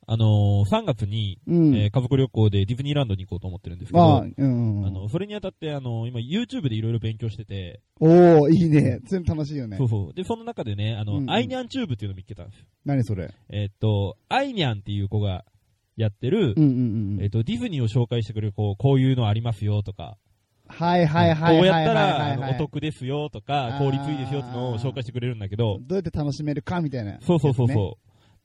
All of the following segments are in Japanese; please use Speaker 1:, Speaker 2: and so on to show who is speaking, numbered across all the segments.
Speaker 1: 3月に、家族旅行でディズニーランドに行こうと思ってるんですけど、それにあたって、今 YouTube でいろいろ勉強してて。
Speaker 2: おー、いいね。それ楽しいよね。
Speaker 1: そうそう。で、その中でね、アイニャンチューブっていうのを見つけたんですよ。
Speaker 2: 何それ？
Speaker 1: アイニャンっていう子がやってる、ディズニーを紹介してくれる、こういうのありますよとか、
Speaker 2: はいはいはい。
Speaker 1: こうやったら、お得ですよとか、効率いいですよってのを紹介してくれるんだけど、
Speaker 2: どうやって楽しめるかみたいな。
Speaker 1: そうそうそうそう。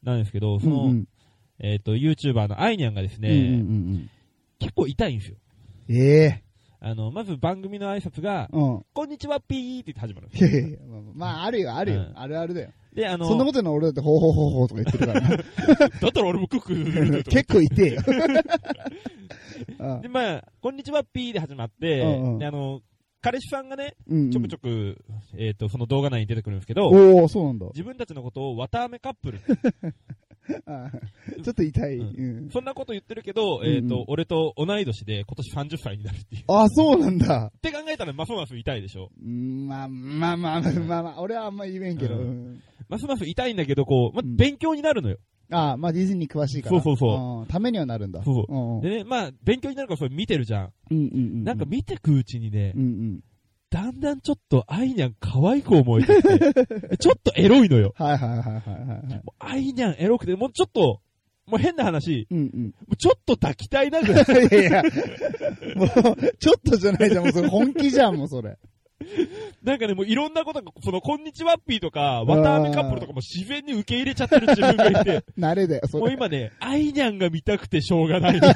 Speaker 1: なんですけど、YouTuber のアイニャンがですね、結構痛いんですよ。まず番組の挨拶が、こんにちはピーって言って始まるんですよ。
Speaker 2: まあ、あるよ、あるよ。あるあるだよ。
Speaker 1: で、
Speaker 2: そんなことの俺だって、ほうほうほうほうとか言ってるからね。
Speaker 1: だったら俺もクック
Speaker 2: 結構痛えよ。
Speaker 1: で、まあ、こんにちはピーで始まって、で、彼氏さんがね、ちょくちょく、その動画内に出てくるんですけど、
Speaker 2: そうなんだ。
Speaker 1: 自分たちのことを綿あめカップル。
Speaker 2: ちょっと痛い。
Speaker 1: そんなこと言ってるけど、俺と同い年で今年30歳になるっていう。
Speaker 2: あ、そうなんだ。
Speaker 1: って考えたらますます痛いでしょ。
Speaker 2: まあ、俺はあんま言えんけど。
Speaker 1: ますます痛いんだけど、勉強になるのよ。
Speaker 2: まあディズニー詳しいから。
Speaker 1: そう。
Speaker 2: ためにはなるんだ。
Speaker 1: でね、まあ、勉強になるからそれ見てるじゃん。なんか見てくうちにね、だんだんちょっとアイニャン可愛く思えてきて、ちょっとエロいのよ。アイニャンエロくて、もうちょっと、もう変な話、ちょっと抱きたいなぐらい。
Speaker 2: いや、もう、ちょっとじゃないじゃん、もうそれ本気じゃん、もうそれ。
Speaker 1: なんかね、もういろんなことが、こんにちはっぴーとか、綿あめカップルとかも自然に受け入れちゃってる自分がいて。
Speaker 2: 慣れだよ、それ。
Speaker 1: もう今ね、アイニャンが見たくてしょうがない。好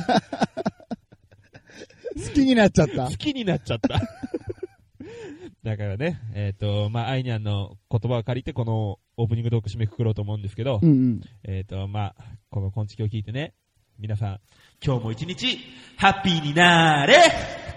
Speaker 2: きになっちゃった。
Speaker 1: 好きになっちゃった。だからね、まあ、アイニャンの言葉を借りて、このオープニングトーク締めくくろうと思うんですけど、まあ、このコンチキを聞いてね、皆さん、今日も一日、ハッピーになーれ。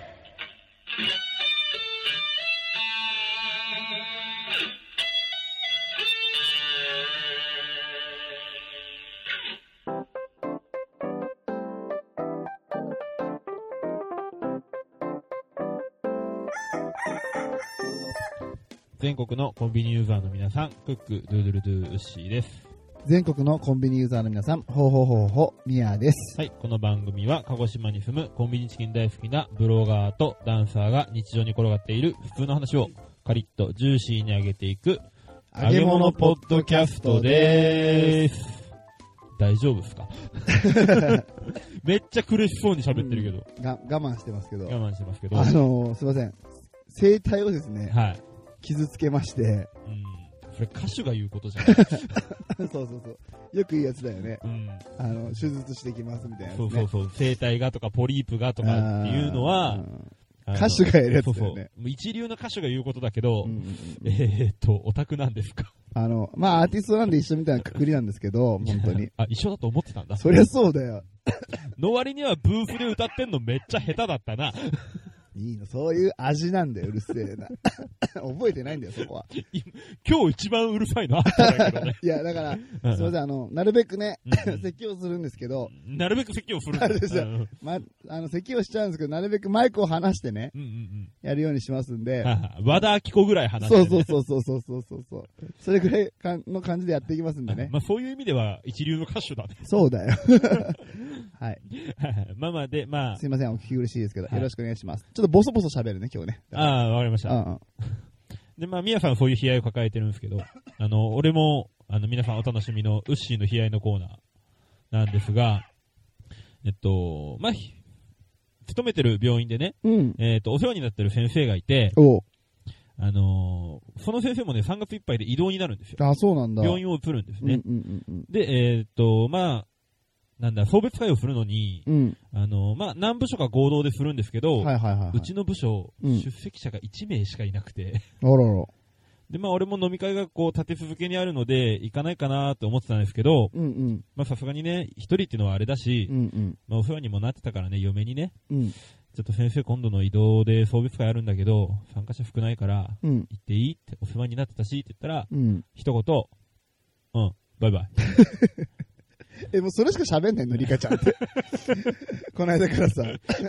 Speaker 1: 全国のコンビニユーザーの皆さん、クック、ドゥードゥルドゥーウッシーです。
Speaker 2: 全国のコンビニユーザーの皆さん、ほうほうほうほう、ミヤです。
Speaker 1: はい、この番組は鹿児島に住むコンビニチキン大好きなブロガーとダンサーが日常に転がっている普通の話をカリッとジューシーに上げていく揚げ物ポッドキャストでーす。大丈夫ですか？めっちゃ苦しそうに喋ってるけど。
Speaker 2: 我慢してますけど。すいません。声帯をですね。はい。傷つけまして。
Speaker 1: それ歌手が言うことじゃない。
Speaker 2: そう。よく言うやつだよね。手術してきますみたいな、ね。
Speaker 1: そう。声帯がとかポリープがとかっていうのは、
Speaker 2: 歌手がやるやつだよね。
Speaker 1: 一流の歌手が言うことだけど、オタクなんですか？
Speaker 2: まあアーティストなんで一緒みたいなくくりなんですけど、本当に。
Speaker 1: 一緒だと思ってたんだ。
Speaker 2: そりゃそうだよ。
Speaker 1: の割にはブースで歌ってんのめっちゃ下手だったな。
Speaker 2: いいの、そういう味なんだよ、うるせえな。覚えてないんだよ、そこは。
Speaker 1: 今日一番うるさいのあったんだけどね。
Speaker 2: いや、だから、すいません、なるべくね、咳をするんですけど。
Speaker 1: なるべく咳をするんですよ。
Speaker 2: 咳をしちゃうんですけど、なるべくマイクを離してね、やるようにしますんで。
Speaker 1: 和田アキ子ぐらい離して、
Speaker 2: ね。そう。それぐらいの感じでやっていきますんでね。
Speaker 1: まあそういう意味では一流の歌手だね。
Speaker 2: そうだよ。はい。
Speaker 1: まあ。
Speaker 2: すいません、お聞き苦しいですけど、よろしくお願いします。ちょっとボソボソ喋るね、今日ね。
Speaker 1: わかりました。で、まあ、みやさんそういう悲哀を抱えてるんですけど、俺も、皆さんお楽しみのウッシーの悲哀のコーナーなんですが、まあ、勤めてる病院でね、お世話になってる先生がいて、その先生もね、3月いっぱいで異動になるんですよ。
Speaker 2: あ、そうなんだ。
Speaker 1: 病院を移るんですね。で、まあ、送別会をするのに、まあ、何部署か合同でするんですけど、うちの部署、出席者が1名しかいなくて。で、まあ、俺も飲み会が立て続けにあるので、行かないかなと思ってたんですけど、まあ、さすがにね、一人っていうのはあれだし、まあ、お世話にもなってたからね、嫁にね、ちょっと先生今度の移動で送別会あるんだけど、参加者少ないから、行っていいってお世話になってたし、って言ったら、一言、バイバイ。
Speaker 2: もうそれしか喋んないの、リカちゃんって。この間からさ。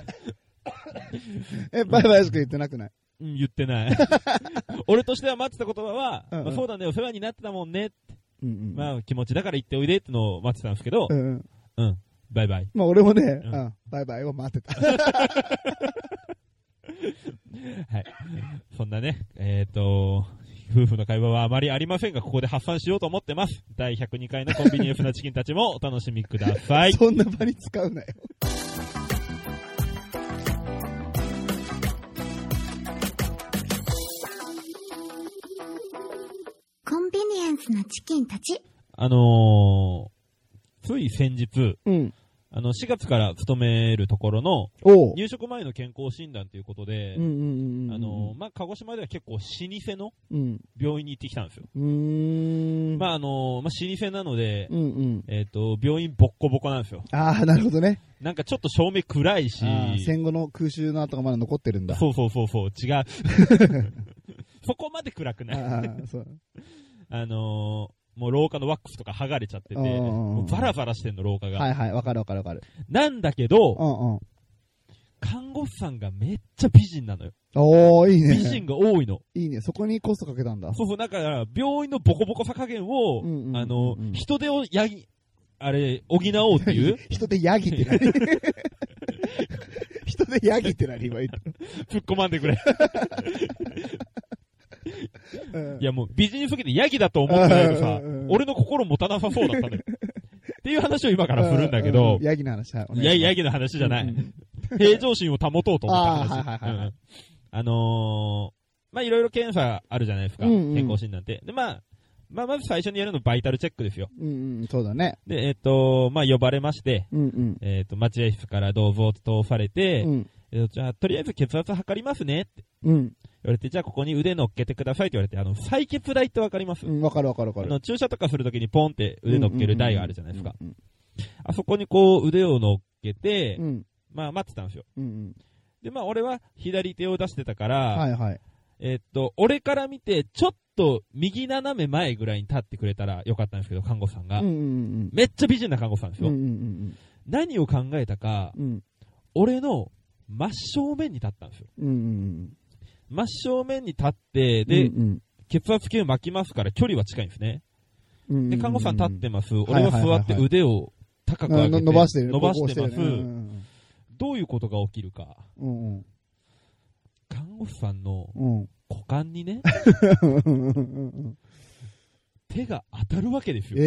Speaker 2: バイバイしか言ってなくない？
Speaker 1: 言ってない。俺としては待ってた言葉は、まあ、そうだね、お世話になってたもんねって。まあ気持ちだから言っておいでってのを待ってたんですけど、 うん。バイバイ。
Speaker 2: まあ俺もね、バイバイを待ってた。はい。
Speaker 1: そんなね、夫婦の会話はあまりありませんが、ここで発散しようと思ってます。第102回のコンビニエンスなチキンたちもお楽しみください。
Speaker 2: そんな場に使うなよ。
Speaker 3: コンビニエンスなチキンたち。
Speaker 1: つい先日、4月から勤めるところの入職前の健康診断ということで、鹿児島では結構老舗の病院に行ってきたんですよ。老舗なので、病院ボッコボコなんですよ。
Speaker 2: ああ、なるほどね。
Speaker 1: なんかちょっと照明暗いし、
Speaker 2: 戦後の空襲の跡がまだ残ってるんだ。
Speaker 1: そう、違う。そこまで暗くない。もう廊下のワックスとか剥がれちゃってて、もうバラバラしてんの、廊下が。
Speaker 2: はいはい、わかる。
Speaker 1: なんだけど、看護師さんがめっちゃ美人なのよ。
Speaker 2: おー、いいね。
Speaker 1: 美人が多いの。
Speaker 2: いいね。そこにコストかけたんだ。
Speaker 1: そう、だから、病院のボコボコさ加減を、人手を補おうっていう
Speaker 2: 人手ヤギって何人手ヤギって何今言った。
Speaker 1: ぶっ込まんでくれ。いやもう美人すぎてヤギだと思ってないとさ、俺の心持たなさそうだったのよ。っていう話を今からするんだけど、
Speaker 2: ヤギの話は。
Speaker 1: ヤギの話じゃない。平常心を保とうと思った話。いろいろ検査あるじゃないですか。健康診断って。で、まず最初にやるのバイタルチェックですよ。
Speaker 2: そうだね。
Speaker 1: で、呼ばれまして、待合室からどうぞと通されて、じゃあ、とりあえず血圧測りますねって。言われて、じゃあここに腕乗っけてくださいって言われて、採血台ってわかります？
Speaker 2: わかる。
Speaker 1: 注射とかするときにポンって腕乗っける台があるじゃないですか。あそこにこう腕を乗っけて、待ってたんですよ。で、俺は左手を出してたから、俺から見て、ちょっと右斜め前ぐらいに立ってくれたらよかったんですけど、看護師さんが。めっちゃ美人な看護師さんですよ。何を考えたか、俺の真正面に立ったんですよ。真正面に立って、で、血圧計巻きますから距離は近いんですね。で、看護師さん立ってます。俺は座って腕を高く上げて
Speaker 2: 伸ばして
Speaker 1: ます。どういうことが起きるか。看護師さんの股間にね、手が当たるわけですよ。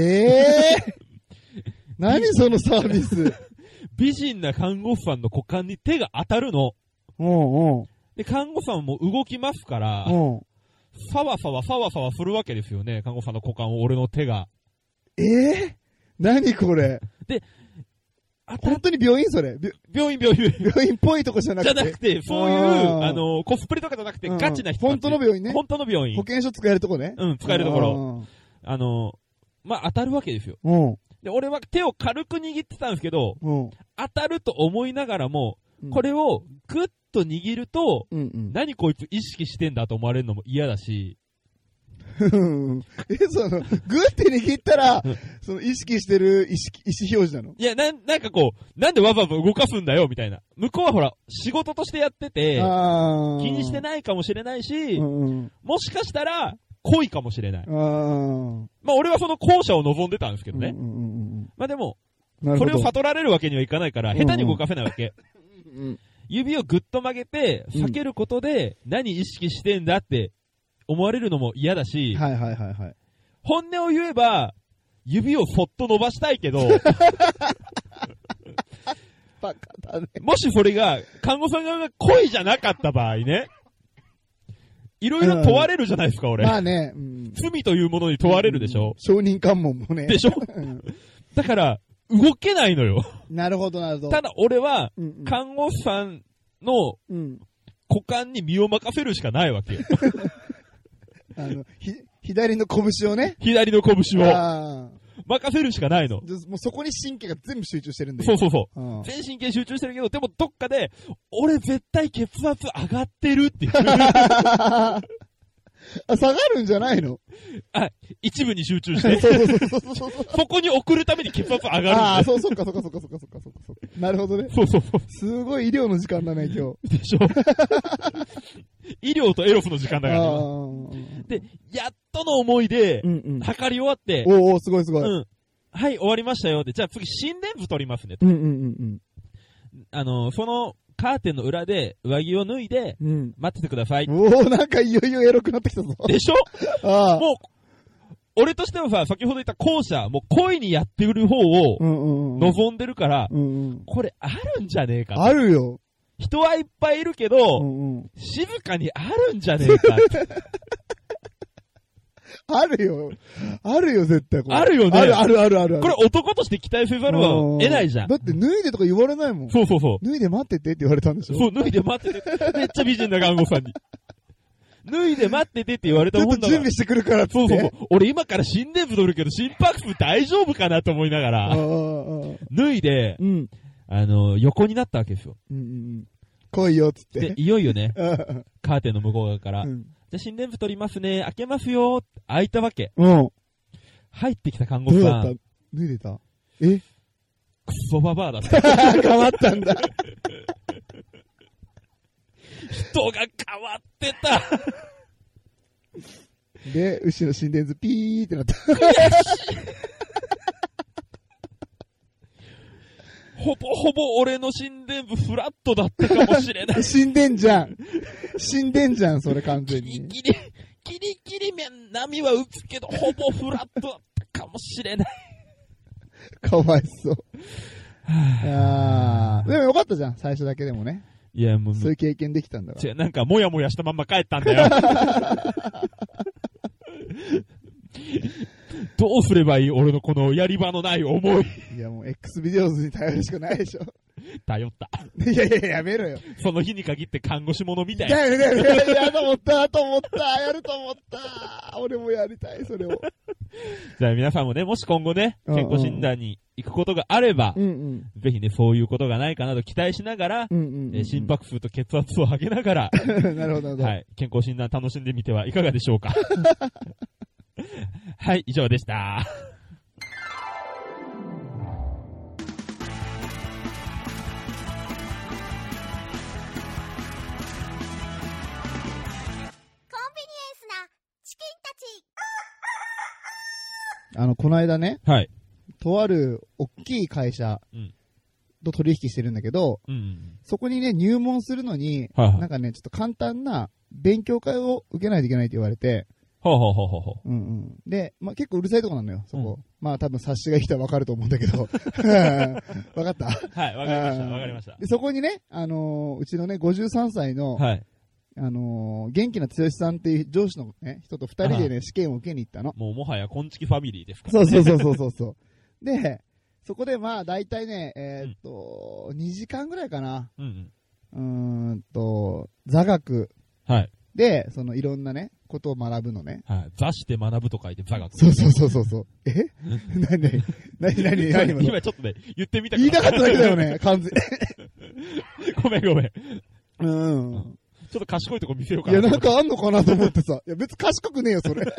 Speaker 2: 何そのサービス。
Speaker 1: 美人な看護師さんの股間に手が当たるの。で、看護師さんも動きますから、ファワファワするわけですよね、看護師さんの股間を俺の手が。
Speaker 2: 何これ。で、本当に病院それ。
Speaker 1: 病院
Speaker 2: っぽいとこじゃなくて。
Speaker 1: そういう、コスプレとかじゃなくて、ガチな人。
Speaker 2: 本当の病院ね。
Speaker 1: 本当の病院。
Speaker 2: 保険証使えるとこね。
Speaker 1: 使えるところ。当たるわけですよ。で、俺は手を軽く握ってたんですけど、当たると思いながらも、これをグッと握ると、何こいつ意識してんだと思われるのも嫌だし、
Speaker 2: グッて握ったら、その意識してる意思表示なの？
Speaker 1: いや、なんかこう、なんでわざわざ動かすんだよ、みたいな。向こうはほら、仕事としてやってて、気にしてないかもしれないし、もしかしたら、恋かもしれない。俺はその後者を望んでたんですけどね。でも、それを悟られるわけにはいかないから、下手に動かせないわけ。指をぐっと曲げて、避けることで、何意識してんだって思われるのも嫌だし、本音を言えば、指をそっと伸ばしたいけど、
Speaker 2: バカだね。
Speaker 1: もしそれが、看護師さん側が恋じゃなかった場合ね、いろいろ問われるじゃないですか、俺。
Speaker 2: ね、
Speaker 1: 罪というものに問われるでしょ。
Speaker 2: 証人喚問もね。
Speaker 1: でしょだから、動けないのよ。
Speaker 2: なるほど。
Speaker 1: ただ俺は、看護師さんの股間に身を任せるしかないわけよ。
Speaker 2: 左の拳をね。
Speaker 1: 左の拳を。任せるしかないの。も
Speaker 2: うそこに神経が全部集中してるんで。
Speaker 1: そう。全神経集中してるけど、でもどっかで、俺絶対血圧上がってるっていう。
Speaker 2: 下がるんじゃないの？
Speaker 1: 一部に集中して。そこに送るために血圧上がるんだ。
Speaker 2: そっか。なるほどね。
Speaker 1: そう。
Speaker 2: すごい医療の時間だね、今
Speaker 1: 日。でしょ医療とエロスの時間だから。で、やっとの思いで、測り終わって。
Speaker 2: すごい。
Speaker 1: はい、終わりましたよ。で、じゃあ次、心電図取りますね。
Speaker 2: うんうんうん
Speaker 1: うん。その、カーテンの裏で上着を脱いで、待っててください。
Speaker 2: おー、なんかいよいよエロくなってきたぞ。
Speaker 1: でしょあもう、俺としてはさ、先ほど言った後者、もう恋にやってくる方を望んでるから、これあるんじゃねえか。
Speaker 2: あるよ。
Speaker 1: 人はいっぱいいるけど、静かにあるんじゃねえか。
Speaker 2: あるよ。あるよ、絶対これ。
Speaker 1: あるよね。
Speaker 2: ある。
Speaker 1: これ男として期待せざるを得ないじゃん。
Speaker 2: だって脱いでとか言われないもん。
Speaker 1: そうそうそう。
Speaker 2: 脱いで待っててって言われたんでしょ。
Speaker 1: そう、脱いで待ってて。めっちゃ美人な看護さんに。脱いで待っててって言われたもんだから。
Speaker 2: ちょっと準備してくるからって。
Speaker 1: そうそうそう。俺今から心電図取るけど心拍数大丈夫かなと思いながら、脱いで、横になったわけですよ。
Speaker 2: 来いよっつって。
Speaker 1: で、いよいよね、カーテンの向こう側から、じゃあ心電図取りますね、開けますよ、開いたわけ。入ってきた看護師さん。
Speaker 2: どうだった？脱いでた？え？
Speaker 1: クソババアだった。
Speaker 2: 変わったんだ。
Speaker 1: 人が変わってた。
Speaker 2: で、後ろ心電図ピーってなった。
Speaker 1: ほぼほぼ俺の心電図フラットだったかもしれない。
Speaker 2: 死んでんじゃん。死んでんじゃん、それ完全に。
Speaker 1: ギリギリ波は打つけど、ほぼフラットだったかもしれない。
Speaker 2: かわいそう。でもよかったじゃん、最初だけでもね。
Speaker 1: いや、もう。
Speaker 2: そういう経験できたんだから。
Speaker 1: なんか、もやもやしたまんま帰ったんだよ。どうすればいい俺のこのやり場のない思い。
Speaker 2: いや、もう X ビデオズに頼るしかないでしょ。
Speaker 1: 頼った。
Speaker 2: いや、やめろよ。
Speaker 1: その日に限って看護師ものみたい。
Speaker 2: やと思った。やると思った。俺もやりたい、それを。
Speaker 1: じゃあ皆さんもね、もし今後ね、健康診断に行くことがあれば、ぜひね、そういうことがないかなと期待しながら、心拍数と血圧を上げながら、
Speaker 2: なるほど。
Speaker 1: はい、健康診断楽しんでみてはいかがでしょうか。はい、以上でした。
Speaker 2: この間ね、
Speaker 1: はい。
Speaker 2: とある大きい会社と取引してるんだけど、そこにね、入門するのに、なんかね、ちょっと簡単な勉強会を受けないといけないって言われて、で、まあ、結構うるさいとこなのよ、そこ。まあ多分察しがいい人はわかると思うんだけど。わかった？
Speaker 1: はい、わかりました。
Speaker 2: で、そこにね、うちのね、53歳の、元気な剛さんっていう上司のね、人と二人でね、試験を受けに行ったの。
Speaker 1: もはや、こんちきファミリーですからね。
Speaker 2: そう。で、そこでまあ、だいたいね、2時間ぐらいかな。座学。
Speaker 1: はい。
Speaker 2: で、いろんなね、ことを学ぶのね。
Speaker 1: はい。座して学ぶと書いて座学。
Speaker 2: そう。何
Speaker 1: 今ちょっとね、言ってみた
Speaker 2: 言いたかっただけだよね、完全
Speaker 1: に。ごめん。ちょっと賢いとこ見せようかな。
Speaker 2: いや、なんかあんのかなと思ってさ。いや、別に賢くねえよ、それ。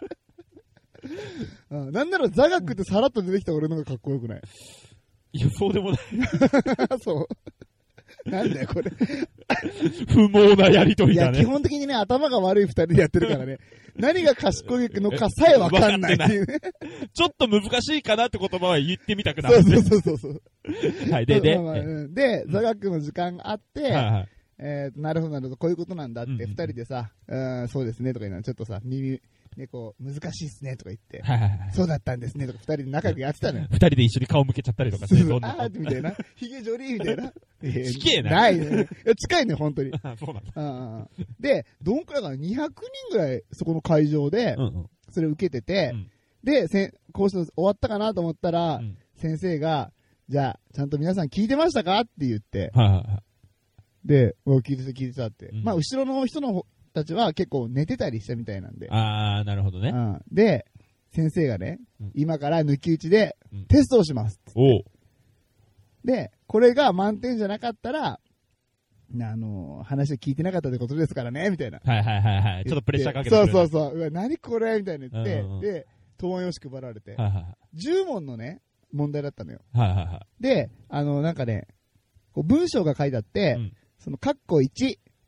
Speaker 2: なんなら座学ってさらっと出てきた俺のがかっこよくない？
Speaker 1: いや、そうでもない。
Speaker 2: そう。なんだよ、これ。
Speaker 1: 不毛なやりとりだね。
Speaker 2: いや、基本的にね、頭が悪い二人でやってるからね。何が賢いのかさえわかんないっていうね。
Speaker 1: ちょっと難しいかなって言葉は言ってみたくなる、
Speaker 2: ね。そう。
Speaker 1: はい、
Speaker 2: で、座学の時間があって、なるほど、こういうことなんだって二人でさ、そうですねとか言うのちょっとさ、耳、ね、こう、難しいっすねとか言って、そうだったんですねとか二人で仲良くやってたのよ。
Speaker 1: 二人で一緒に顔向けちゃったりとかして、どんな。
Speaker 2: あーみたいな。ヒゲジョリーみたいな。
Speaker 1: 近えな。
Speaker 2: ないね。近いね、本当に。
Speaker 1: そうなんだ。
Speaker 2: で、どんくらいかな、200人ぐらいそこの会場で、それを受けてて、で、講師の終わったかなと思ったら、先生が、じゃあ、ちゃんと皆さん聞いてましたかって言って、で、聞いてたって。まあ、後ろの人のたちは結構寝てたりしたみたいなんで。
Speaker 1: あー、なるほどね。
Speaker 2: で、先生がね、今から抜き打ちでテストをします。で、これが満点じゃなかったら、話を聞いてなかったってことですからね、みたいな。
Speaker 1: はい。ちょっとプレッシャーかけて
Speaker 2: そう。うわ、何これみたいな言って、で、答案用紙配られて、10問のね、問題だったのよ。で、なんかね、こう文章が書いてあって、カッコ1、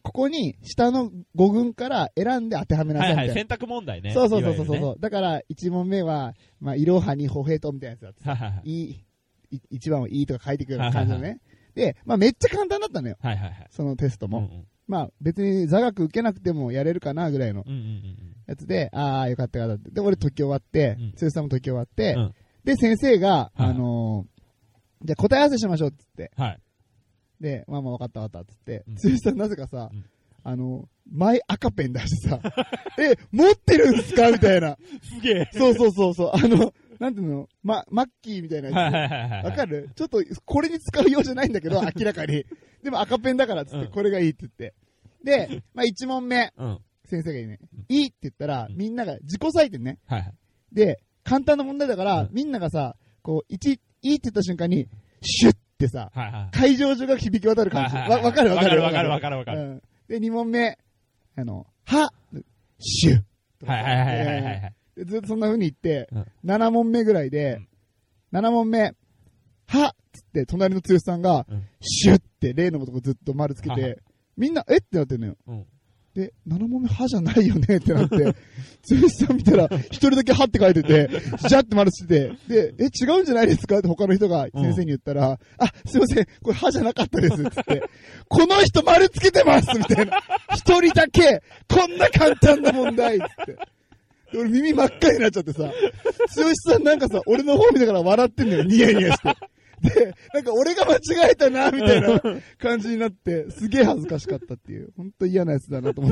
Speaker 2: ここに下の5群から選んで当てはめなさいみたいな。
Speaker 1: はいはい、選択問題ね。
Speaker 2: そうそうそうそう、ね。だから1問目は、まあ、いろはにほへとみたいなやつだった。1番をいいとか書いてくる感じのね。で、まあめっちゃ簡単だったのよ。はいはいはい。そのテストも。まあ別に座学受けなくてもやれるかなぐらいのやつで、ああよかったよかったって。で、俺解き終わって、剛さんも解き終わって、で、先生が、じゃあ答え合わせしましょうって言って。はい。で、まあまあ分かった分かったって言って、剛さんなぜかさ、前赤ペン出してさ、持ってるんですかみたいな。
Speaker 1: すげえ。
Speaker 2: そうそうそうそう。なんていうのマッキーみたいなやつ。わかる？ちょっと、これに使うようじゃないんだけど、明らかに。でも赤ペンだからっつって、これがいいって言って。で、まあ1問目、先生がいいね。いいって言ったら、みんなが自己採点ね。で、簡単な問題だから、みんながさ、こう、いいって言った瞬間に、シュッってさ、会場中が響き渡る感じ。わかるわかるわかるわかるわかる。で、2問目、は、シュッ。はいはいはいはい。ずっとそんな風に言って、7問目ぐらいで、7問目、はっつって、隣の剛さんが、シュッって例のとこずっと丸つけて、みんな、ってなってんのよ。で、7問目、はじゃないよねってなって、剛さん見たら、一人だけはって書いてて、ジャって丸してて、で、違うんじゃないですかって他の人が先生に言ったら、すいません、これはじゃなかったですって言って、この人丸つけてますみたいな。一人だけ、こんな簡単な問題っつって。俺耳真っ赤になっちゃってさ、剛さんなんかさ、俺の方見ながら笑ってんのよ、ニヤニヤして。で、なんか俺が間違えたな、みたいな感じになって、すげえ恥ずかしかったっていう、ほんと嫌なやつだなと思って。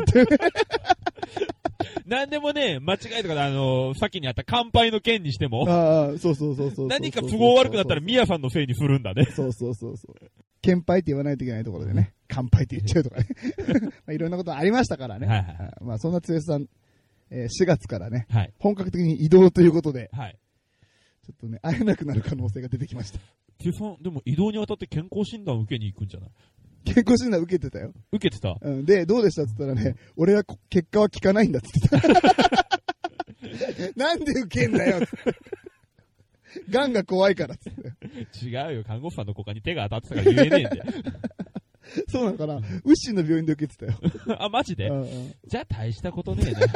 Speaker 1: なんでもね、間違いとかさっきにあった乾杯の件にしても。
Speaker 2: そうそうそうそう。何
Speaker 1: か都合悪くなったらミヤさんのせいに振るんだね。
Speaker 2: そうそうそうそう。乾杯って言わないといけないところでね、乾杯って言っちゃうとかね。まあいろんなことありましたからね。はいはい、まあそんな剛さん、4月からね、本格的に移動ということで、ちょっとね、会えなくなる可能性が出てきました。
Speaker 1: でも移動にあたって健康診断を受けに行くんじゃない？
Speaker 2: 健康診断受けてたよ。
Speaker 1: 受けてた？
Speaker 2: で、どうでしたって言ったらね、俺は結果は聞かないんだって言ってた。なんで受けんだよって。癌が怖いからって言って。
Speaker 1: 違うよ、看護師さんの股間に手が当たってたから言えねえんだよ。
Speaker 2: そうなのかな？ウッシーの病院で受けてたよ。
Speaker 1: あ、マジで？じゃあ大したことねえな。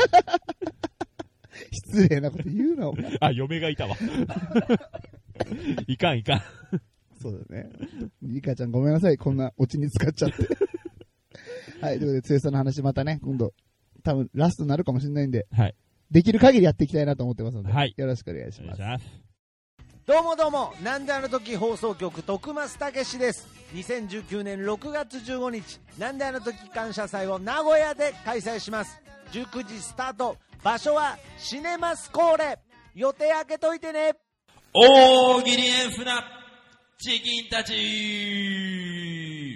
Speaker 2: 失礼なこと言うな、お前。
Speaker 1: あ、嫁がいたわ。いかんいかん。
Speaker 2: そうだね。リカちゃんごめんなさい。こんなオチに使っちゃって。はい。ということで、剛さんの話またね、今度、多分ラストになるかもしれないんで、できる限りやっていきたいなと思ってますので、よろしくお願いします。
Speaker 4: どうもどうも、なんであの時放送局、徳増たけしです。2019年6月15日、なんであの時感謝祭を名古屋で開催します。19時スタート、場所はシネマスコーレ。予定開けといてね。
Speaker 1: 大喜利エンフなチキンたち。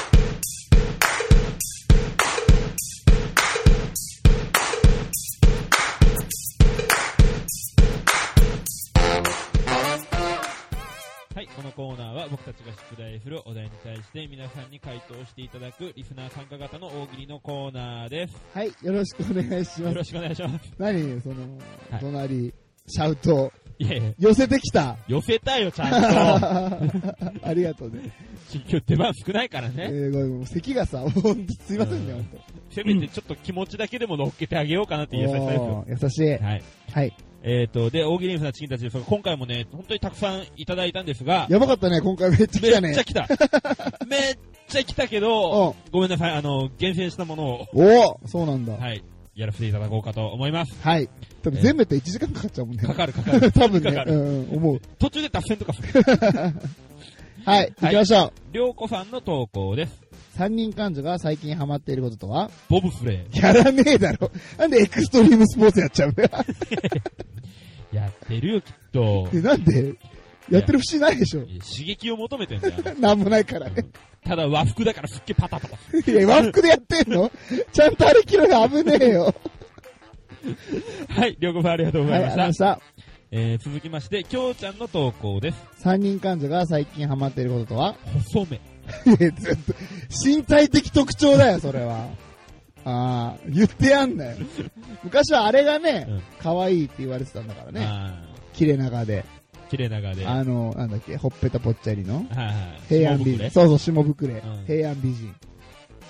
Speaker 1: はい、このコーナーは僕たちが出題するお題に対して皆さんに回答していただくリスナー参加型の大喜利のコーナーです。
Speaker 2: はい、よろしくお願いします。よ
Speaker 1: ろしくお願いします。
Speaker 2: 何その、隣、シャウト。いや寄せてきた。
Speaker 1: 寄せたよ、ちゃんと。
Speaker 2: ありがとうね。
Speaker 1: 今日出番少ないからね。
Speaker 2: ごめん、咳がさ、ほんとすいませんね、ほんと。
Speaker 1: せめてちょっと気持ちだけでも乗っけてあげようかなっていう優しさですよ。
Speaker 2: 優しい。はい。はい。
Speaker 1: で、大喜利エンフなチキンたちですが、今回もね、本当にたくさんいただいたんですが。
Speaker 2: やばかったね、今回めっちゃ来たね。
Speaker 1: めっちゃ来た。めっちゃ来たけど、ごめんなさい、厳選したものを。
Speaker 2: そうなんだ。
Speaker 1: はい。やらせていただこうかと思います。
Speaker 2: はい。多分全部って1時間かかっちゃうもんね。
Speaker 1: かかる。
Speaker 2: 多分ね。思う。
Speaker 1: 途中で脱線とかする。
Speaker 2: はい、行きましょう。
Speaker 1: りょうこさんの投稿です。
Speaker 2: 三人男女が最近ハマっていることとは？
Speaker 1: ボブスレー。
Speaker 2: やらねえだろ。なんでエクストリームスポーツやっちゃうんだよ。
Speaker 1: やってるよ、きっと。
Speaker 2: なんでやってる節ないでしょ。
Speaker 1: 刺激を求めてんだよ。
Speaker 2: なんもないからね。
Speaker 1: ただ和服だからすっげパタパタ。
Speaker 2: いや、和服でやってんの？ちゃんとあれ着るの危ねえよ。
Speaker 1: はい、りょうこさんありがとうございました。
Speaker 2: はい、ありがとうございました。
Speaker 1: 続きまして、きょうちゃんの投稿です。
Speaker 2: 三人男女が最近ハマっていることとは？
Speaker 1: 細め。
Speaker 2: ずっと、身体的特徴だよ、それは。言ってやんなよ。昔はあれがね、可愛いって言われてたんだからね。切れ長で。なんだっけ、ほっぺたぽっちゃりの。平安美人。そうそう、下膨れ。平安美人。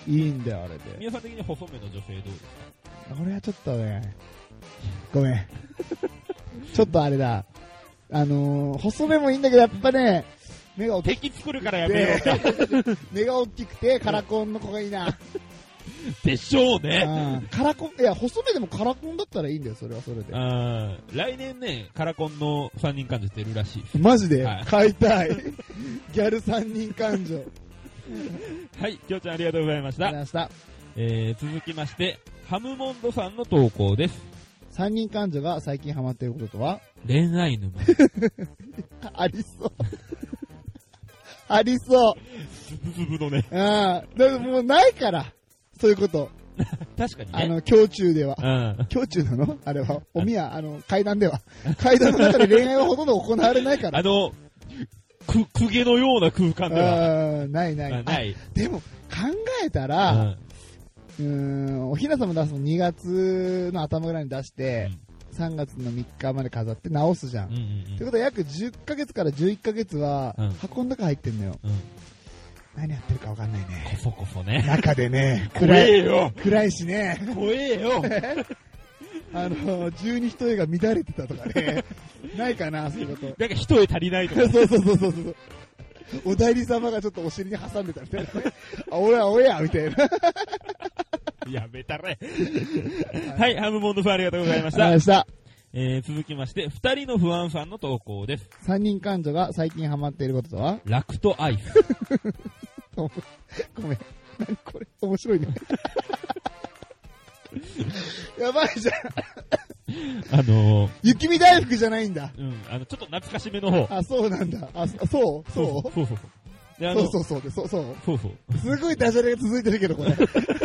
Speaker 2: いいんだよ、あれで。
Speaker 1: 皆さん的に細めの女性どうですか？
Speaker 2: 俺はちょっとね、ごめん。ちょっとあれだ。細めもいいんだけど、やっぱね、目が大きくて。
Speaker 1: 敵作るからやめようか。
Speaker 2: 目が大きくて、カラコンの子がいいな。
Speaker 1: でしょうね。
Speaker 2: カラコン、いや、細めでもカラコンだったらいいんだよ、それはそれで。
Speaker 1: 来年ね、カラコンの3人感情出るらしい。
Speaker 2: マジで、はい、買いたい。ギャル3人感情。
Speaker 1: はい、きょうちゃんありがとうございました。
Speaker 2: ありがとうございま
Speaker 1: した。続きまして、ハムモンドさんの投稿です。
Speaker 2: 3人感情が最近ハマっていることとは？
Speaker 1: 恋愛沼。
Speaker 2: ありそう。ありそう。
Speaker 1: ズブズブのね。
Speaker 2: だからもうないから。そういうこと。
Speaker 1: 確かにね。
Speaker 2: 胸中では。胸中なのあれは。おみや、階段では。階段の中で恋愛はほとんど行われないから。
Speaker 1: 公家のような空間では。
Speaker 2: ないない。
Speaker 1: ない。
Speaker 2: でも、考えたら、おひなさま出すの2月の頭ぐらいに出して、3月の3日まで飾って直すじゃん。ってことは約10ヶ月から11ヶ月は、箱の中入ってんのよ。何やってるか分かんないね。
Speaker 1: こそこそね。
Speaker 2: 中でね。
Speaker 1: 怖えよ。
Speaker 2: 暗いしね。
Speaker 1: 怖えよ。
Speaker 2: 十二一重が乱れてたとかね。ないかな、そういうこと。
Speaker 1: なんか一重足りないとか。
Speaker 2: そう。お代理様がちょっとお尻に挟んでたみたいな。おや、みたいな。
Speaker 1: やめたれ。はい、ハムモンドさんありがとうございました。
Speaker 2: ありがとうございました。
Speaker 1: 続きまして、2人の不安さんの投稿です。
Speaker 2: 3人感情が最近ハマっていることとは？
Speaker 1: ラクトアイス。
Speaker 2: ごめん。何これ面白いね。やばいじゃん。雪見大福じゃないんだ。
Speaker 1: ちょっと懐かしめの方。
Speaker 2: あ、そうなんだ。あ、そう。そう。すごいダジャレが続いてるけど、これ。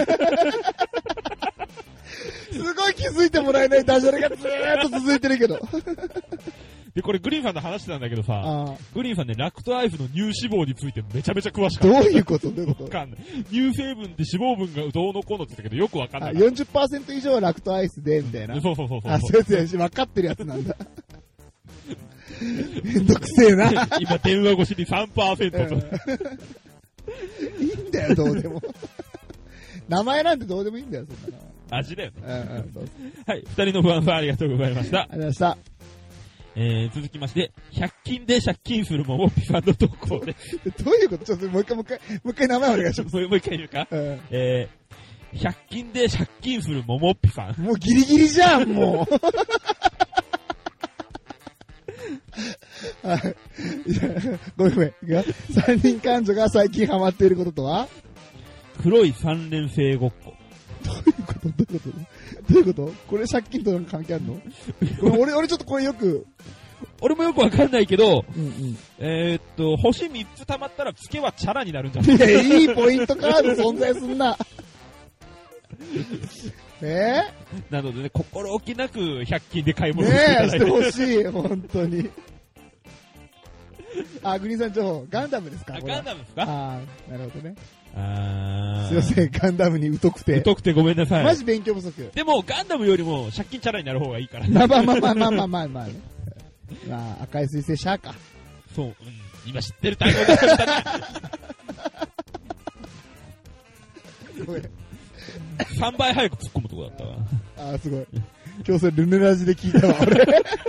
Speaker 2: すごい気づいてもらえないダジャレがずーっと続いてるけど。
Speaker 1: で、これグリーンさんと話してたんだけどさ、グリーンさんね、ラクトアイスの乳脂肪についてめちゃめちゃ詳しかった。
Speaker 2: どういうこと
Speaker 1: わかんない。乳成分で脂肪分がどうのこうのって言ったけど、よくわかんない。
Speaker 2: 40% 以上はラクトアイスで、みたいな。
Speaker 1: そう。
Speaker 2: あ、そういうやつ分かってるやつなんだ。めんどくせえな。
Speaker 1: 今電話越しに 3% と。
Speaker 2: いいんだよ、どうでも。名前なんてどうでもいいんだよ、そんなの。
Speaker 1: 味だよね。はい、2人の不安さんありがとうございました。
Speaker 2: ありがとうございました。
Speaker 1: 続きまして、100均で借金するももぴさんの投稿です。
Speaker 2: どういうこと？ちょっともう一回名前お願いします。
Speaker 1: もう一回言うか、100均で借金するももぴさん。
Speaker 2: もうギリギリじゃん、もう。はい。ごめん。3人感情が最近ハマっていることとは？
Speaker 1: 黒い三連星ごっこ。
Speaker 2: どういうことこれ借金となんか関係あるの？俺ちょっとこれよく。
Speaker 1: 俺もよくわかんないけど、星3つ溜まったらツケはチャラになるんじゃない？
Speaker 2: いや、いいポイントカード存在すんな。
Speaker 1: なのでね、心置きなく100均で買い物していただいて。
Speaker 2: してほしい、本当に。あ、グリーンさん情報、ガンダムですか？
Speaker 1: ガンダムですか？
Speaker 2: なるほどね。すいません、ガンダムに疎くて
Speaker 1: ごめんなさい。
Speaker 2: マジ勉強不足。
Speaker 1: でも、ガンダムよりも借金チャラになる方がいいから。
Speaker 2: まあ、赤い水星シャーか。
Speaker 1: そう、今知ってる単語が出たな。3倍早く突っ込むとこだったわ。
Speaker 2: すごい。今日それルネラジで聞いたわ、俺。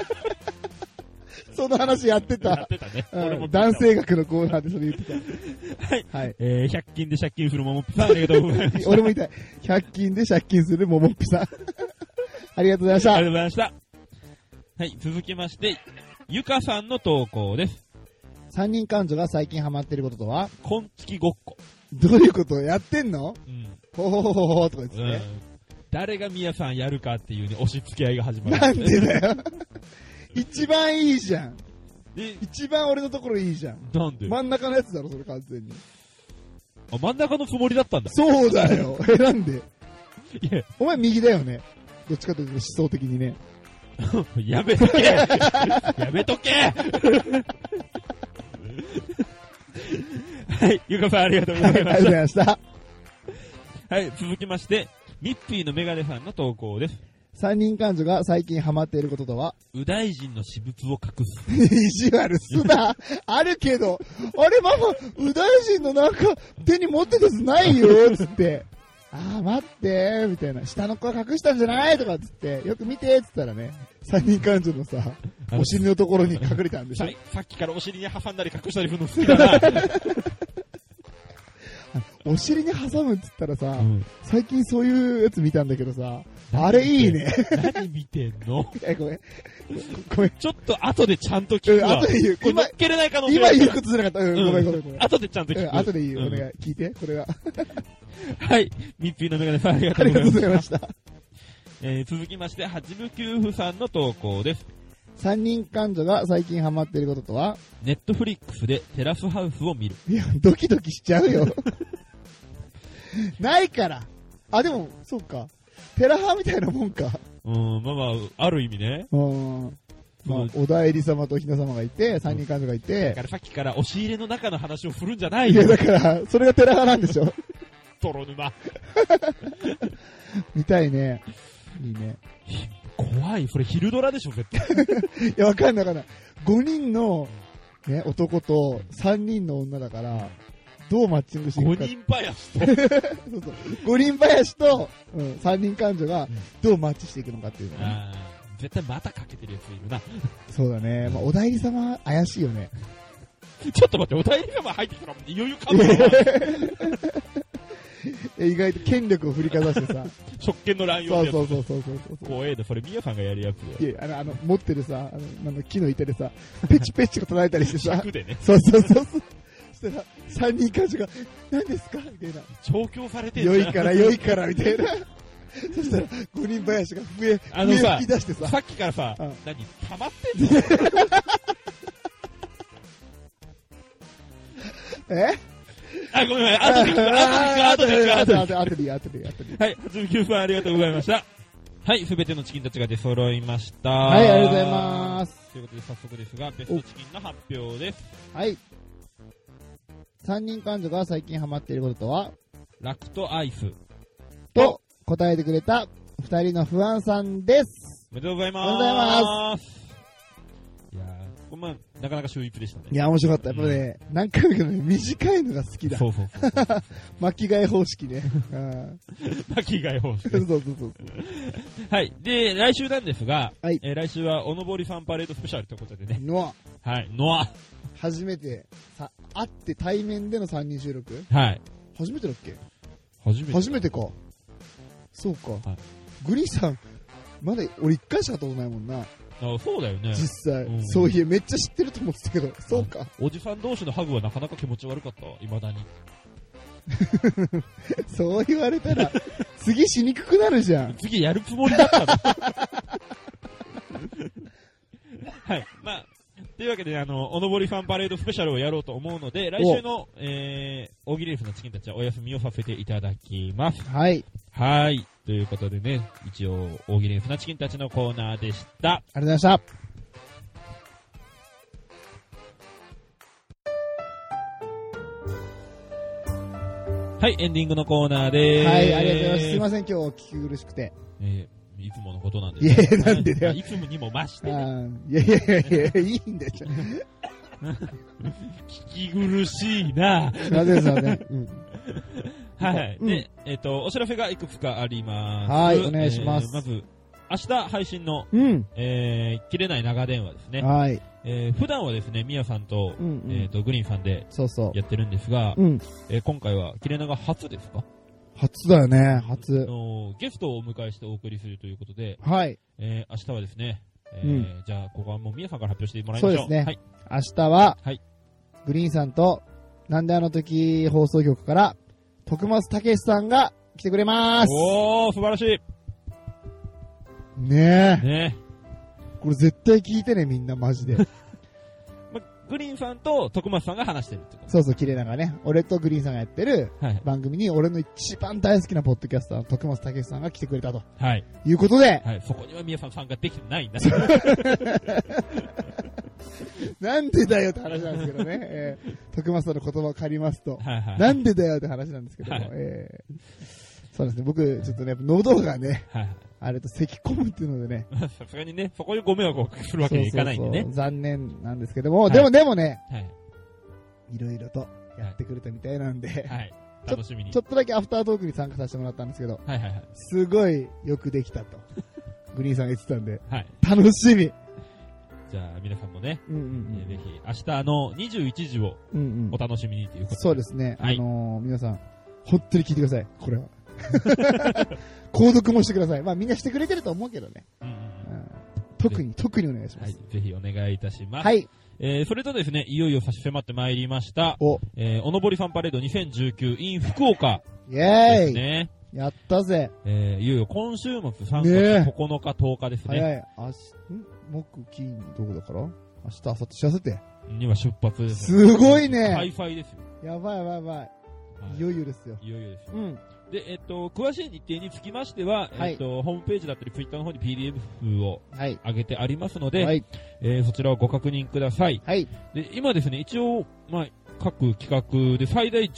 Speaker 2: その話やってた。
Speaker 1: やってたね。
Speaker 2: 俺も男性学のコーナーでそれ言って
Speaker 1: た。はい。100均で借金するももっぴさん、ありがとうございました。
Speaker 2: 俺も言いたい。100均で借金するももっぴさん。ありがとうございました。
Speaker 1: ありがとうございました。はい、続きまして、ゆかさんの投稿です。
Speaker 2: 3人感情が最近ハマっていることとは？
Speaker 1: こんつきごっこ。
Speaker 2: どういうことやってんの？ほほとか言ってね。
Speaker 1: 誰が宮さんやるかっていうね、押し付け合いが始まる。
Speaker 2: なんでだよ。一番いいじゃん。一番俺のところいいじゃん。
Speaker 1: なんで？
Speaker 2: 真ん中のやつだろ、それ完全に。
Speaker 1: あ、真ん中のつもりだったんだ。
Speaker 2: そうだよ。選んで。お前右だよね。どっちかというと思想的にね。
Speaker 1: やめとけやめとけはい、ゆかさんありがとうございました。
Speaker 2: ありがとうございました。
Speaker 1: はい、続きまして、ミッピーのメガネさんの投稿です。
Speaker 2: 三人官女が最近ハマっていることとは？
Speaker 1: 右大臣の私物を隠す。
Speaker 2: 意地悪すな。あるけど、あれママ、右大臣のなんか手に持ってたやつないよ、つって。あー待ってみたいな。下の子は隠したんじゃないとかつって、よく見てつったらね、三人官女のさ、お尻のところに隠れたんでしょ。
Speaker 1: さっきからお尻に挟んだり隠したりするの好きだな。
Speaker 2: お尻に挟むって言ったらさ、最近そういうやつ見たんだけどさ、あれいいね。
Speaker 1: 何見てんの？
Speaker 2: ごめん。ごめん。
Speaker 1: ちょっと後でちゃんと聞くわ。
Speaker 2: 後で言う。
Speaker 1: 今、けれない可能性
Speaker 2: 今言うことじゃなかった。ごめん。
Speaker 1: 後でちゃんと聞く。
Speaker 2: 後で言う。お願い。聞いて、これは。
Speaker 1: はい。ミッピーのメガネさんありがとうございました。続きまして、はじむきゅうふさんの投稿です。
Speaker 2: 三人官女が最近ハマっていることとは？
Speaker 1: ネットフリックスでテラスハウスを見る。
Speaker 2: いや、ドキドキしちゃうよ。ないから。あ、でも、そうか。テラハみたいなもんか。
Speaker 1: まあ、ある意味ね。
Speaker 2: まあ、おだえり様とおひな様がいて、三人官女がいて。
Speaker 1: だからさっきから押し入れの中の話を振るんじゃないよ。
Speaker 2: いや、だから、それがテラハなんでしょ。
Speaker 1: 泥沼。
Speaker 2: 見たいね。いいね。
Speaker 1: 怖い。それ昼ドラでしょ、絶対。
Speaker 2: いや、わかんない。5人の、ね、男と3人の女だから、どうマッチングしていくか。
Speaker 1: 5人林と。
Speaker 2: そうそう。5人林と、3人官女がどうマッチしていくのかっていうのね。
Speaker 1: 絶対またかけてるやついるな。
Speaker 2: そうだね。まあ、おだいり様怪しいよね。
Speaker 1: ちょっと待って、おだいり様入ってきたら余裕かもな。
Speaker 2: 意外と権力を振りかざしてさ。
Speaker 1: 職権の乱用で。
Speaker 2: そう。
Speaker 1: 怖えで、それミヤさんがやるやつ
Speaker 2: で。いや、持ってるさ、木の板でさ、ペチペチと叩いたりしてさ。
Speaker 1: 尺でね。
Speaker 2: そう。そしたら、三人官女が、何ですかみたいな。
Speaker 1: 調教されてる
Speaker 2: 良いから、みたいな。そしたら、五人林が笛吹き出してさ。
Speaker 1: さっきからさ、何、溜まってんの？あ、ごめん、後で聞く。はい、はじめきゅうさんありがとうございました。はい、すべてのチキンたちが出揃いました。
Speaker 2: はい、ありがとうございます。
Speaker 1: ということで早速ですが、ベストチキンの発表です。
Speaker 2: はい。三人官女が最近ハマっていることとは？
Speaker 1: ラクトアイス。
Speaker 2: と、答えてくれた二人の不安さんです。
Speaker 1: おめでとうございます。
Speaker 2: おめでとうございます。
Speaker 1: いやー、まあ、なかなか秀逸でしたね。
Speaker 2: いや、面白かった。やっぱね、何回も言うけどね、短いのが好きだ。
Speaker 1: そう。
Speaker 2: 巻き替え方式ね。
Speaker 1: 巻き替え方式。
Speaker 2: そう。 は
Speaker 1: い。で、来週なんですが、
Speaker 2: はい、
Speaker 1: 来週はおのぼりファンパレードスペシャルということでね。
Speaker 2: ノ
Speaker 1: ア。はい、ノア。
Speaker 2: 初めて、会って対面での3人収録？
Speaker 1: はい。
Speaker 2: 初めてだっけ？
Speaker 1: 初
Speaker 2: めてか。そうか。はい、グリーンさん、まだ俺1回しか会ったことないもんな。
Speaker 1: そうだよね。
Speaker 2: 実際。そういや、めっちゃ知ってると思ってたけど、そうか。
Speaker 1: おじさん同士のハグはなかなか気持ち悪かったわ、未だに。
Speaker 2: そう言われたら、次しにくくなるじゃん。
Speaker 1: 次やるつもりだったの。はい。まあ、というわけで、おのぼりファンパレードスペシャルをやろうと思うので、来週の、大喜利レースのチキンたちはお休みをさせていただきます。
Speaker 2: はい。
Speaker 1: はい。ということでね、一応、大喜利レースのチキンたちのコーナーでした。
Speaker 2: ありがとうございました。
Speaker 1: はい、エンディングのコーナーでーす。
Speaker 2: はい、ありがとうございます。すいません、今日聞き苦しくて。
Speaker 1: いつものことなんです
Speaker 2: けど。いや、なんでだよ。
Speaker 1: いつもにも増してね。
Speaker 2: いや、いいんでしょ。
Speaker 1: 聞き苦しいな。
Speaker 2: なぜですね。
Speaker 1: はい。で、お知らせがいくつかあります。
Speaker 2: はい、お願いします。
Speaker 1: まず、明日配信の、切れない長電話ですね。
Speaker 2: はい。
Speaker 1: 普段はですね、ミヤさんと、グリーンさんでやってるんですが、今回は切れ長初ですか？
Speaker 2: 初だよね、初。
Speaker 1: ゲストをお迎えしてお送りするということで、
Speaker 2: はい。
Speaker 1: 明日はですね、じゃあ、ここはもうミヤさんから発表してもらいましょう。
Speaker 2: そうですね。
Speaker 1: はい。
Speaker 2: 明日は、
Speaker 1: はい。
Speaker 2: グリーンさんと、なんであの時放送局から、徳松たけしさんが来てくれます。
Speaker 1: おー、素晴らしい。
Speaker 2: ねえ。
Speaker 1: ね
Speaker 2: え。これ絶対聞いてね、みんなマジで。
Speaker 1: グリーンさんと徳松さんが話してるってこと？
Speaker 2: そうそう、切れ長ね。俺とグリーンさんがやってる番組に、俺の一番大好きなポッドキャスターの徳松たけしさんが来てくれたと。
Speaker 1: はい。
Speaker 2: いうことで。
Speaker 1: はい。そこには宮さん参加できてないんだ。
Speaker 2: なんでだよって話なんですけどね。徳松さんの言葉を借りますと。なんでだよって話なんですけども。そうですね。僕、ちょっとね、喉がね、 あれと咳込むっていうのでね。
Speaker 1: さすがにね、そこでご迷惑をするわけにいかないんでね。
Speaker 2: そう残念なんですけども、でもね、いろいろとやってくれたみたいなんで、
Speaker 1: 楽しみに。
Speaker 2: ちょっとだけアフタートークに参加させてもらったんですけど、すごいよくできたと。グリーンさんが言ってたんで、楽しみ。
Speaker 1: じゃあ皆さんもね、ぜひ明日の21時をお楽しみにということで。
Speaker 2: そうですね。皆さん、本当に聞いてください。これは。購読もしてください。まあみんなしてくれてると思うけどね。特にお願いします。
Speaker 1: ぜひお願いいたします。
Speaker 2: はい。
Speaker 1: それとですね、いよいよ差し迫ってまいりました。おのぼりファンパレード2019 in 福岡ですね。
Speaker 2: やったぜ。
Speaker 1: いよいよ今週末3月9日10日ですね。
Speaker 2: 早い。木、金、どこだから明日、明後日、しあさって
Speaker 1: には出発です。
Speaker 2: すごいね。
Speaker 1: ハイファイですよ。
Speaker 2: やばい。いよいよですよ。
Speaker 1: で、詳しい日程につきましては、ホームページだったり、ツイッターの方に PDF を上げてありますので、そちらをご確認ください。で、今ですね、一応、各企画で最大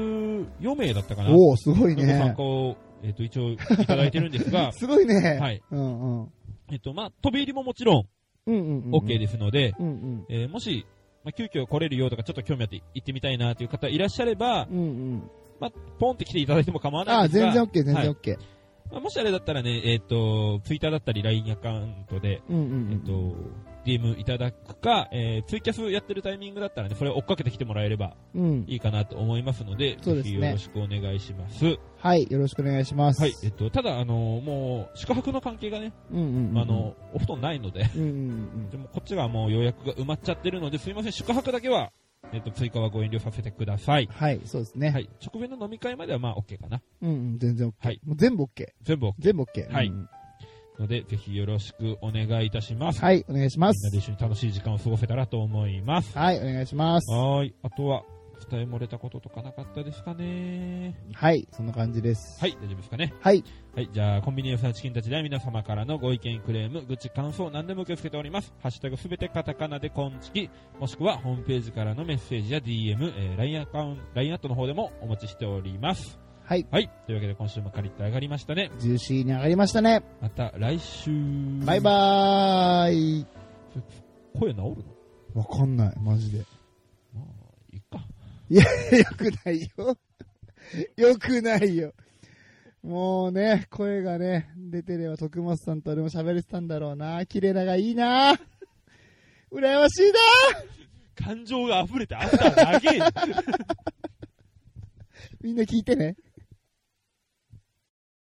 Speaker 1: 14名だったかな。
Speaker 2: おー、すごいね。
Speaker 1: 参加を、一応いただいてるんですが、
Speaker 2: すごいね。
Speaker 1: はい。飛び入りももちろん、OK ですので、もし、急遽来れるよとか、ちょっと興味あって行ってみたいなという方いらっしゃれば、ポンって来ていただいても構わないんですが。
Speaker 2: 全然 OK。
Speaker 1: もしあれだったらね、ツイッターだったり LINE アカウントで、DM いただくか、ツイキャスやってるタイミングだったらね、それを追っかけてきてもらえればいいかなと思いますので、ぜひよろしくお願いします。
Speaker 2: はい、よろしくお願いします。
Speaker 1: はい、ただ、もう、宿泊の関係がね、お布団ないので、でもこっちがもう予約が埋まっちゃってるので、すいません、宿泊だけは、追加はご遠慮させてください。
Speaker 2: はい、そうですね。
Speaker 1: はい、直前の飲み会まではOK かな。
Speaker 2: 全然 OK。はい。もう全部 OK。
Speaker 1: 全部 OK。はい。ので、ぜひよろしくお願いいたします。
Speaker 2: はい、お願いします。
Speaker 1: みんなで一緒に楽しい時間を過ごせたらと思います。
Speaker 2: はい、お願いします。
Speaker 1: はい。あとは、伝え漏れたこととかなかったですかね。
Speaker 2: はい、そんな感じです。
Speaker 1: はい、大丈夫ですかね。
Speaker 2: はい。
Speaker 1: はい、じゃあ、コンビニエンスなチキンたちでは皆様からのご意見、クレーム、愚痴、感想、何でも受け付けております。ハッシュタグすべてカタカナでコンチキ、もしくはホームページからのメッセージや DM、LINE アットの方でもお待ちしております。
Speaker 2: はい。
Speaker 1: はい。というわけで今週もカリッと上がりましたね。
Speaker 2: ジューシーに上がりましたね。
Speaker 1: また来週。
Speaker 2: バイバーイ。
Speaker 1: 声治る
Speaker 2: の？わかんない、マジで。
Speaker 1: まあ、いいか。
Speaker 2: いや、よくないよ。よくないよ。もうね、声がね、出てれば徳松さんと俺も喋れてたんだろうな。綺麗ながいいな。羨ましいな。
Speaker 1: 感情が溢れてあっただけ。
Speaker 2: みんな聞いてね。